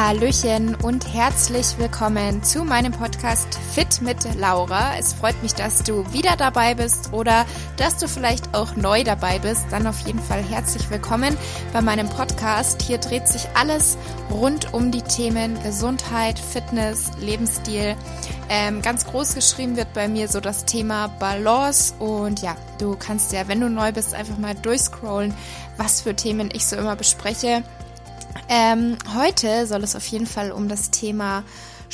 Hallöchen und herzlich willkommen zu meinem Podcast Fit mit Laura. Es freut mich, dass du wieder dabei bist oder dass du vielleicht auch neu dabei bist. Dann auf jeden Fall herzlich willkommen bei meinem Podcast. Hier dreht sich alles rund um die Themen Gesundheit, Fitness, Lebensstil. Ganz groß geschrieben wird bei mir so das Thema Balance und ja, du kannst ja, wenn du neu bist, einfach mal durchscrollen, was für Themen ich so immer bespreche. Heute soll es auf jeden Fall um das Thema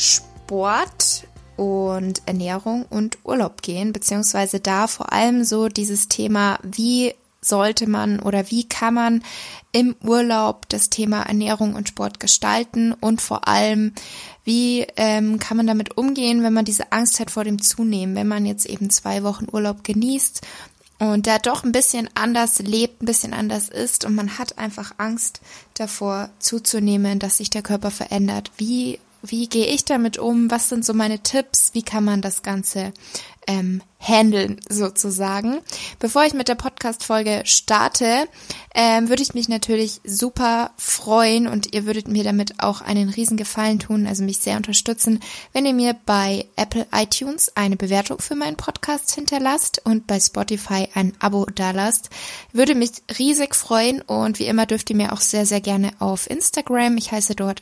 Sport und Ernährung und Urlaub gehen, beziehungsweise da vor allem so dieses Thema, wie sollte man oder wie kann man im Urlaub das Thema Ernährung und Sport gestalten und vor allem, wie kann man damit umgehen, wenn man diese Angst hat vor dem Zunehmen, wenn man jetzt eben 2 Wochen Urlaub genießt und der doch ein bisschen anders lebt, ein bisschen anders ist und man hat einfach Angst davor zuzunehmen, dass sich der Körper verändert. Wie gehe ich damit um? Was sind so meine Tipps? Wie kann man das Ganze handeln sozusagen? Bevor ich mit der Podcast-Folge starte, würde ich mich natürlich super freuen und ihr würdet mir damit auch einen riesen Gefallen tun, also mich sehr unterstützen, wenn ihr mir bei Apple iTunes eine Bewertung für meinen Podcast hinterlasst und bei Spotify ein Abo dalasst. Würde mich riesig freuen und wie immer dürft ihr mir auch sehr, sehr gerne auf Instagram, ich heiße dort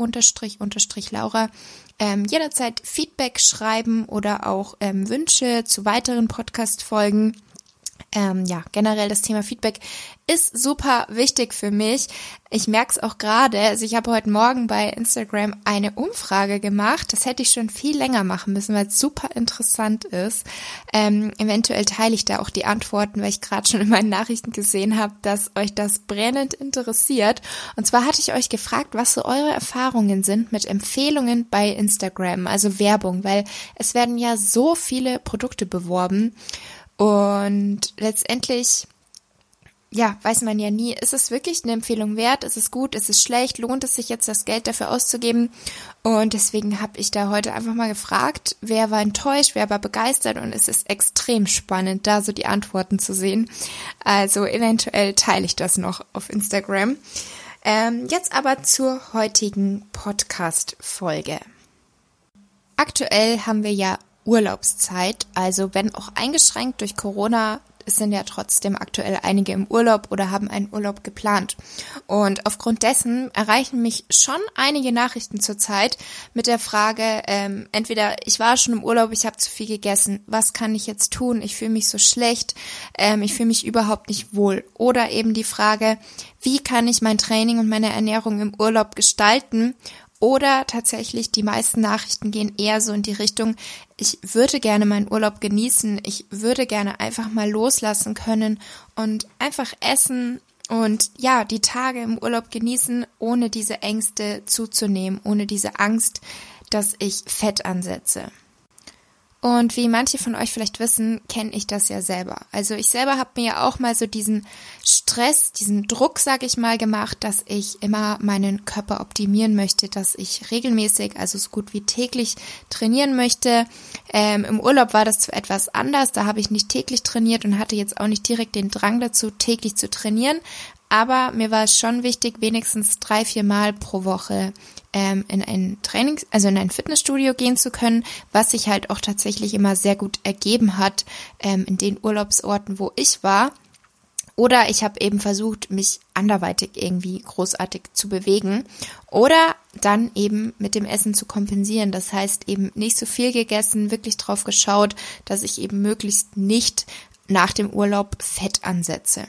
fit__Laura, jederzeit Feedback schreiben oder auch Wünsche zu weiteren Podcast-Folgen. Generell das Thema Feedback ist super wichtig für mich. Ich merke es auch gerade, also ich habe heute Morgen bei Instagram eine Umfrage gemacht. Das hätte ich schon viel länger machen müssen, weil es super interessant ist. Eventuell teile ich da auch die Antworten, weil ich gerade schon in meinen Nachrichten gesehen habe, dass euch das brennend interessiert. Und zwar hatte ich euch gefragt, was so eure Erfahrungen sind mit Empfehlungen bei Instagram, also Werbung, weil es werden ja so viele Produkte beworben. Und letztendlich, weiß man ja nie, ist es wirklich eine Empfehlung wert, ist es gut, ist es schlecht, lohnt es sich jetzt das Geld dafür auszugeben? Und deswegen habe ich da heute einfach mal gefragt, wer war enttäuscht, wer war begeistert und es ist extrem spannend, da so die Antworten zu sehen. Also eventuell teile ich das noch auf Instagram. Jetzt aber zur heutigen Podcast-Folge. Aktuell haben wir ja Urlaubszeit, also wenn auch eingeschränkt durch Corona, es sind ja trotzdem aktuell einige im Urlaub oder haben einen Urlaub geplant. Und aufgrund dessen erreichen mich schon einige Nachrichten zurzeit mit der Frage, entweder ich war schon im Urlaub, ich habe zu viel gegessen, was kann ich jetzt tun? Ich fühle mich so schlecht, ich fühle mich überhaupt nicht wohl. Oder eben die Frage, wie kann ich mein Training und meine Ernährung im Urlaub gestalten? Oder tatsächlich, die meisten Nachrichten gehen eher so in die Richtung, ich würde gerne meinen Urlaub genießen, ich würde gerne einfach mal loslassen können und einfach essen und die Tage im Urlaub genießen, ohne diese Ängste zuzunehmen, ohne diese Angst, dass ich Fett ansetze. Und wie manche von euch vielleicht wissen, kenne ich das ja selber. Also ich selber habe mir ja auch mal so diesen Stress, diesen Druck, sage ich mal, gemacht, dass ich immer meinen Körper optimieren möchte, dass ich regelmäßig, also so gut wie täglich trainieren möchte. Im Urlaub war das zwar etwas anders, da habe ich nicht täglich trainiert und hatte jetzt auch nicht direkt den Drang dazu, täglich zu trainieren. Aber mir war es schon wichtig, wenigstens 3-4 Mal pro Woche in ein in ein Fitnessstudio gehen zu können, was sich halt auch tatsächlich immer sehr gut ergeben hat in den Urlaubsorten, wo ich war. Oder ich habe eben versucht, mich anderweitig irgendwie großartig zu bewegen oder dann eben mit dem Essen zu kompensieren. Das heißt eben nicht so viel gegessen, wirklich drauf geschaut, dass ich eben möglichst nicht nach dem Urlaub Fett ansetze.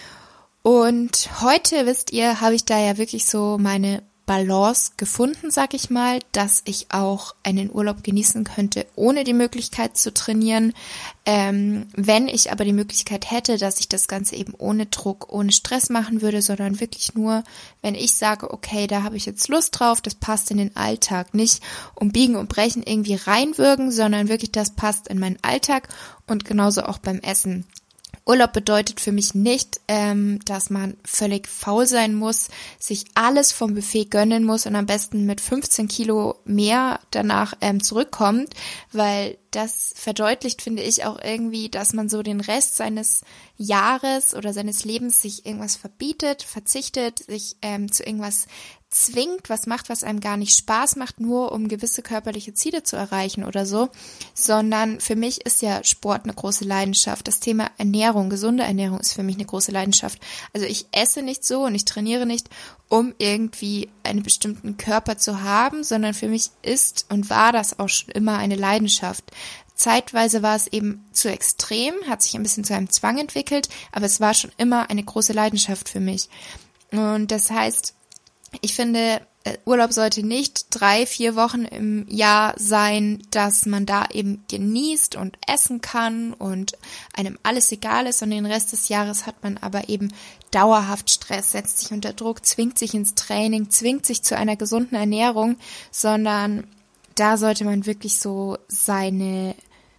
Und heute, wisst ihr, habe ich da ja wirklich so meine Balance gefunden, sag ich mal, dass ich auch einen Urlaub genießen könnte, ohne die Möglichkeit zu trainieren. Wenn ich aber die Möglichkeit hätte, dass ich das Ganze eben ohne Druck, ohne Stress machen würde, sondern wirklich nur, wenn ich sage, okay, da habe ich jetzt Lust drauf, das passt in den Alltag, nicht um Biegen und Brechen irgendwie reinwürgen, sondern wirklich das passt in meinen Alltag und genauso auch beim Essen. Urlaub bedeutet für mich nicht, dass man völlig faul sein muss, sich alles vom Buffet gönnen muss und am besten mit 15 Kilo mehr danach zurückkommt, weil das verdeutlicht, finde ich, auch irgendwie, dass man so den Rest seines Jahres oder seines Lebens sich irgendwas verbietet, verzichtet, sich zu irgendwas zwingt, was macht, was einem gar nicht Spaß macht, nur um gewisse körperliche Ziele zu erreichen oder so, sondern für mich ist ja Sport eine große Leidenschaft. Das Thema Ernährung, gesunde Ernährung ist für mich eine große Leidenschaft. Also ich esse nicht so und ich trainiere nicht, um irgendwie einen bestimmten Körper zu haben, sondern für mich ist und war das auch schon immer eine Leidenschaft. Zeitweise war es eben zu extrem, hat sich ein bisschen zu einem Zwang entwickelt, aber es war schon immer eine große Leidenschaft für mich. Und das heißt, ich finde, Urlaub sollte nicht 3-4 Wochen im Jahr sein, dass man da eben genießt und essen kann und einem alles egal ist, und den Rest des Jahres hat man aber eben dauerhaft Stress, setzt sich unter Druck, zwingt sich ins Training, zwingt sich zu einer gesunden Ernährung, sondern da sollte man wirklich so seine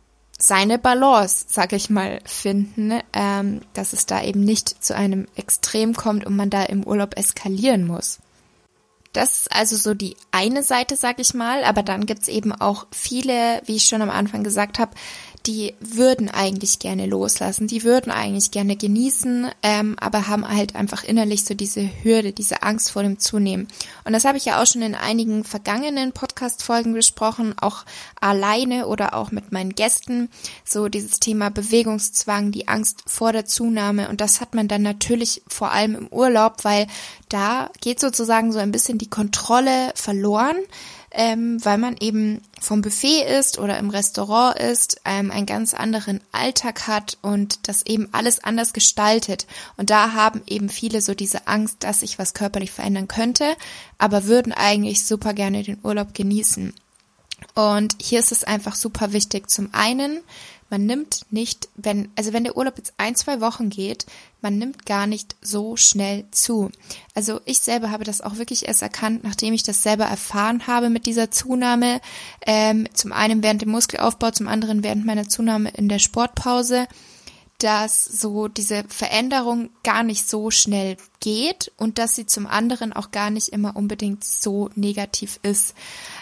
Balance, sag ich mal, finden, dass es da eben nicht zu einem Extrem kommt und man da im Urlaub eskalieren muss. Das ist also so die eine Seite, sag ich mal, aber dann gibt's eben auch viele, wie ich schon am Anfang gesagt habe, die würden eigentlich gerne loslassen, die würden eigentlich gerne genießen, aber haben halt einfach innerlich so diese Hürde, diese Angst vor dem Zunehmen. Und das habe ich ja auch schon in einigen vergangenen Podcast-Folgen besprochen, auch alleine oder auch mit meinen Gästen, so dieses Thema Bewegungszwang, die Angst vor der Zunahme, und das hat man dann natürlich vor allem im Urlaub, weil da geht sozusagen so ein bisschen die Kontrolle verloren, weil man eben vom Buffet ist oder im Restaurant ist, einen ganz anderen Alltag hat und das eben alles anders gestaltet. Und da haben eben viele so diese Angst, dass sich was körperlich verändern könnte, aber würden eigentlich super gerne den Urlaub genießen. Und hier ist es einfach super wichtig. Zum einen, man nimmt nicht, wenn der Urlaub jetzt 1-2 Wochen geht, man nimmt gar nicht so schnell zu. Also ich selber habe das auch wirklich erst erkannt, nachdem ich das selber erfahren habe mit dieser Zunahme. Zum einen während dem Muskelaufbau, zum anderen während meiner Zunahme in der Sportpause, dass so diese Veränderung gar nicht so schnell geht und dass sie zum anderen auch gar nicht immer unbedingt so negativ ist.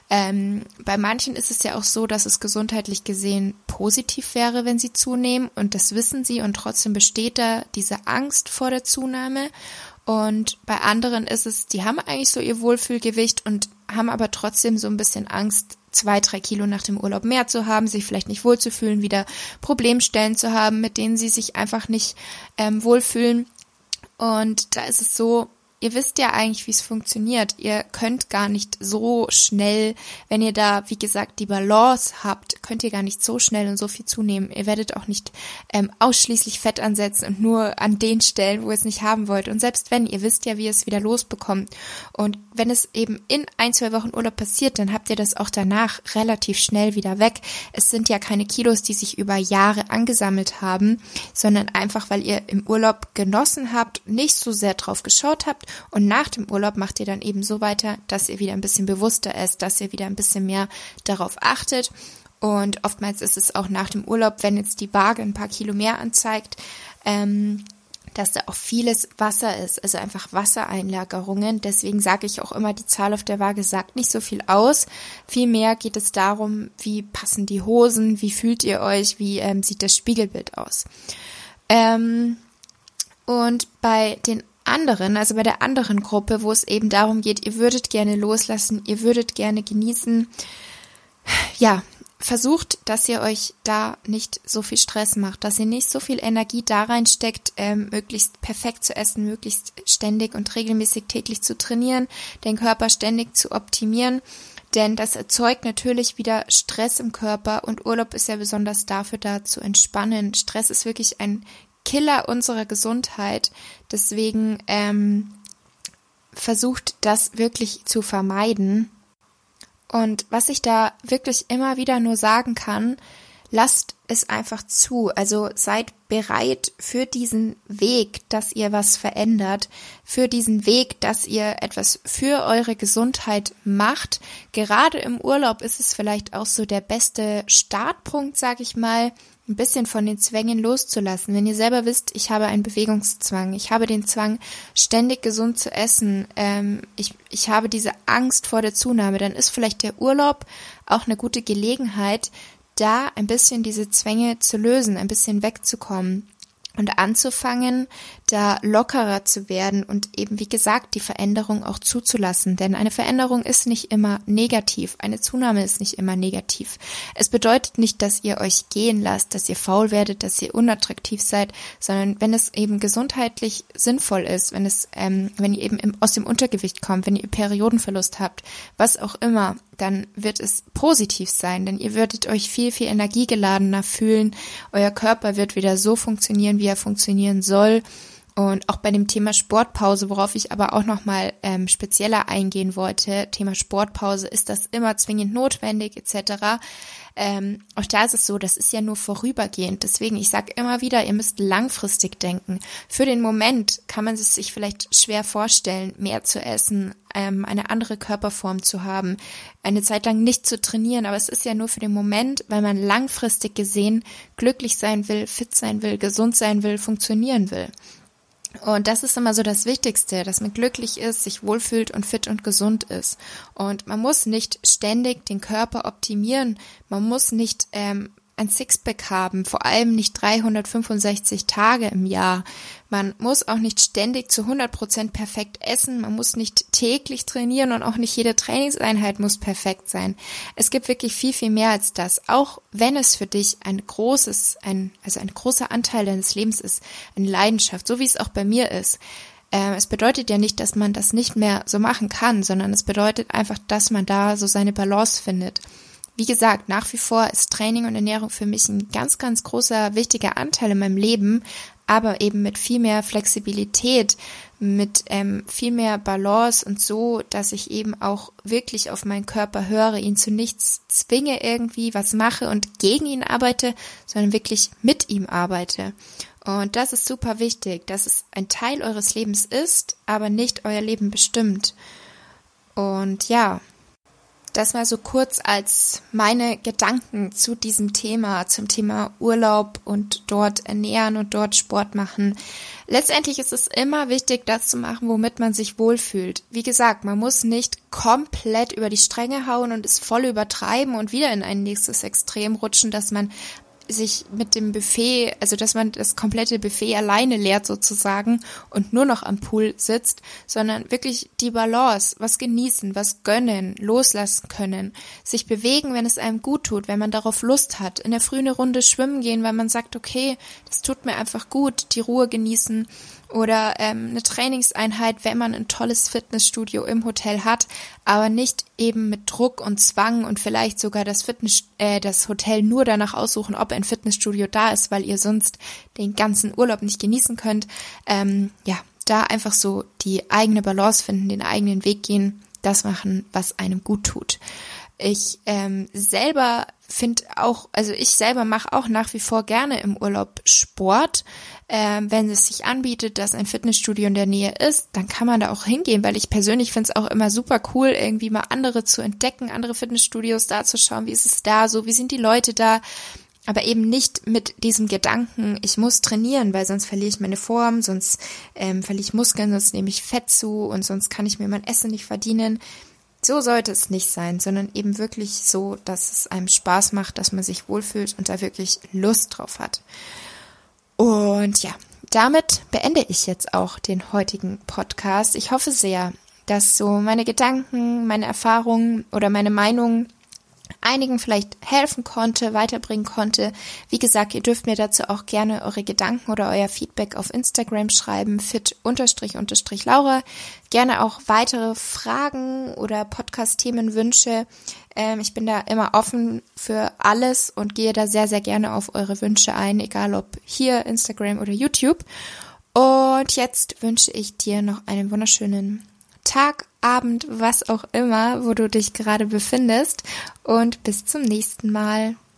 Bei manchen ist es ja auch so, dass es gesundheitlich gesehen positiv wäre, wenn sie zunehmen, und das wissen sie, und trotzdem besteht da diese Angst vor der Zunahme. Und bei anderen ist es, die haben eigentlich so ihr Wohlfühlgewicht und haben aber trotzdem so ein bisschen Angst, 2-3 Kilo nach dem Urlaub mehr zu haben, sich vielleicht nicht wohlzufühlen, wieder Problemstellen zu haben, mit denen sie sich einfach nicht wohlfühlen. Und da ist es so, ihr wisst ja eigentlich, wie es funktioniert. Ihr könnt gar nicht so schnell, wenn ihr da, wie gesagt, die Balance habt, könnt ihr gar nicht so schnell und so viel zunehmen. Ihr werdet auch nicht ausschließlich Fett ansetzen und nur an den Stellen, wo ihr es nicht haben wollt. Und selbst wenn, ihr wisst ja, wie ihr es wieder losbekommt. Und wenn es eben in 1-2 Wochen Urlaub passiert, dann habt ihr das auch danach relativ schnell wieder weg. Es sind ja keine Kilos, die sich über Jahre angesammelt haben, sondern einfach, weil ihr im Urlaub genossen habt, nicht so sehr drauf geschaut habt. Und nach dem Urlaub macht ihr dann eben so weiter, dass ihr wieder ein bisschen bewusster esst, dass ihr wieder ein bisschen mehr darauf achtet. Und oftmals ist es auch nach dem Urlaub, wenn jetzt die Waage ein paar Kilo mehr anzeigt, dass da auch vieles Wasser ist, also einfach Wassereinlagerungen. Deswegen sage ich auch immer, die Zahl auf der Waage sagt nicht so viel aus. Vielmehr geht es darum, wie passen die Hosen, wie fühlt ihr euch, wie sieht das Spiegelbild aus. Und bei den anderen, also bei der anderen Gruppe, wo es eben darum geht, ihr würdet gerne loslassen, ihr würdet gerne genießen, ja, versucht, dass ihr euch da nicht so viel Stress macht, dass ihr nicht so viel Energie da reinsteckt, möglichst perfekt zu essen, möglichst ständig und regelmäßig täglich zu trainieren, den Körper ständig zu optimieren, denn das erzeugt natürlich wieder Stress im Körper, und Urlaub ist ja besonders dafür da zu entspannen. Stress ist wirklich ein Killer unserer Gesundheit. Deswegen versucht das wirklich zu vermeiden. Und was ich da wirklich immer wieder nur sagen kann, lasst es einfach zu. Also seid bereit für diesen Weg, dass ihr was verändert, für diesen Weg, dass ihr etwas für eure Gesundheit macht. Gerade im Urlaub ist es vielleicht auch so der beste Startpunkt, sag ich mal, ein bisschen von den Zwängen loszulassen. Wenn ihr selber wisst, ich habe einen Bewegungszwang, ich habe den Zwang, ständig gesund zu essen, ich habe diese Angst vor der Zunahme, dann ist vielleicht der Urlaub auch eine gute Gelegenheit, da ein bisschen diese Zwänge zu lösen, ein bisschen wegzukommen. und anzufangen, da lockerer zu werden und eben, wie gesagt, die Veränderung auch zuzulassen. Denn eine Veränderung ist nicht immer negativ, eine Zunahme ist nicht immer negativ. Es bedeutet nicht, dass ihr euch gehen lasst, dass ihr faul werdet, dass ihr unattraktiv seid, sondern wenn es eben gesundheitlich sinnvoll ist, wenn ihr eben aus dem Untergewicht kommt, wenn ihr Periodenverlust habt, was auch immer, dann wird es positiv sein, denn ihr würdet euch viel, viel energiegeladener fühlen. Euer Körper wird wieder so funktionieren, wie er funktionieren soll. Und auch bei dem Thema Sportpause, worauf ich aber auch nochmal spezieller eingehen wollte, Thema Sportpause, ist das immer zwingend notwendig etc. Auch da ist es so, das ist ja nur vorübergehend. Deswegen, ich sage immer wieder, ihr müsst langfristig denken. Für den Moment kann man es sich vielleicht schwer vorstellen, mehr zu essen, eine andere Körperform zu haben, eine Zeit lang nicht zu trainieren, aber es ist ja nur für den Moment, weil man langfristig gesehen glücklich sein will, fit sein will, gesund sein will, funktionieren will. Und das ist immer so das Wichtigste, dass man glücklich ist, sich wohlfühlt und fit und gesund ist. Und man muss nicht ständig den Körper optimieren, man muss nicht ein Sixpack haben, vor allem nicht 365 Tage im Jahr. Man muss auch nicht ständig zu 100% perfekt essen, man muss nicht täglich trainieren und auch nicht jede Trainingseinheit muss perfekt sein. Es gibt wirklich viel, viel mehr als das. Auch wenn es für dich ein großer Anteil deines Lebens ist, eine Leidenschaft, so wie es auch bei mir ist. Es bedeutet ja nicht, dass man das nicht mehr so machen kann, sondern es bedeutet einfach, dass man da so seine Balance findet. Wie gesagt, nach wie vor ist Training und Ernährung für mich ein ganz, ganz großer, wichtiger Anteil in meinem Leben, aber eben mit viel mehr Flexibilität, mit viel mehr Balance und so, dass ich eben auch wirklich auf meinen Körper höre, ihn zu nichts zwinge irgendwie, was mache und gegen ihn arbeite, sondern wirklich mit ihm arbeite. Und das ist super wichtig, dass es ein Teil eures Lebens ist, aber nicht euer Leben bestimmt. Und ja, das mal so kurz als meine Gedanken zu diesem Thema, zum Thema Urlaub und dort ernähren und dort Sport machen. Letztendlich ist es immer wichtig, das zu machen, womit man sich wohlfühlt. Wie gesagt, man muss nicht komplett über die Stränge hauen und es voll übertreiben und wieder in ein nächstes Extrem rutschen, dass man sich mit dem Buffet, also dass man das komplette Buffet alleine leert sozusagen und nur noch am Pool sitzt, sondern wirklich die Balance, was genießen, was gönnen, loslassen können, sich bewegen, wenn es einem gut tut, wenn man darauf Lust hat, in der Früh eine Runde schwimmen gehen, weil man sagt, okay, das tut mir einfach gut, die Ruhe genießen oder eine Trainingseinheit, wenn man ein tolles Fitnessstudio im Hotel hat, aber nicht eben mit Druck und Zwang und vielleicht sogar das Hotel nur danach aussuchen, ob ein Fitnessstudio da ist, weil ihr sonst den ganzen Urlaub nicht genießen könnt. Da einfach so die eigene Balance finden, den eigenen Weg gehen, das machen, was einem gut tut. Ich selber mache auch nach wie vor gerne im Urlaub Sport. Wenn es sich anbietet, dass ein Fitnessstudio in der Nähe ist, dann kann man da auch hingehen, weil ich persönlich finde es auch immer super cool, irgendwie mal andere zu entdecken, andere Fitnessstudios da zu schauen, wie ist es da so, wie sind die Leute da, aber eben nicht mit diesem Gedanken, ich muss trainieren, weil sonst verliere ich meine Form, sonst verliere ich Muskeln, sonst nehme ich Fett zu und sonst kann ich mir mein Essen nicht verdienen. So sollte es nicht sein, sondern eben wirklich so, dass es einem Spaß macht, dass man sich wohlfühlt und da wirklich Lust drauf hat. Und ja, damit beende ich jetzt auch den heutigen Podcast. Ich hoffe sehr, dass so meine Gedanken, meine Erfahrungen oder meine Meinung einigen vielleicht helfen konnte, weiterbringen konnte. Wie gesagt, ihr dürft mir dazu auch gerne eure Gedanken oder euer Feedback auf Instagram schreiben, fit__Laura. Gerne auch weitere Fragen oder Podcast-Themenwünsche. Ich bin da immer offen für alles und gehe da sehr, sehr gerne auf eure Wünsche ein, egal ob hier, Instagram oder YouTube. Und jetzt wünsche ich dir noch einen wunderschönen Tag, Abend, was auch immer, wo du dich gerade befindest und bis zum nächsten Mal.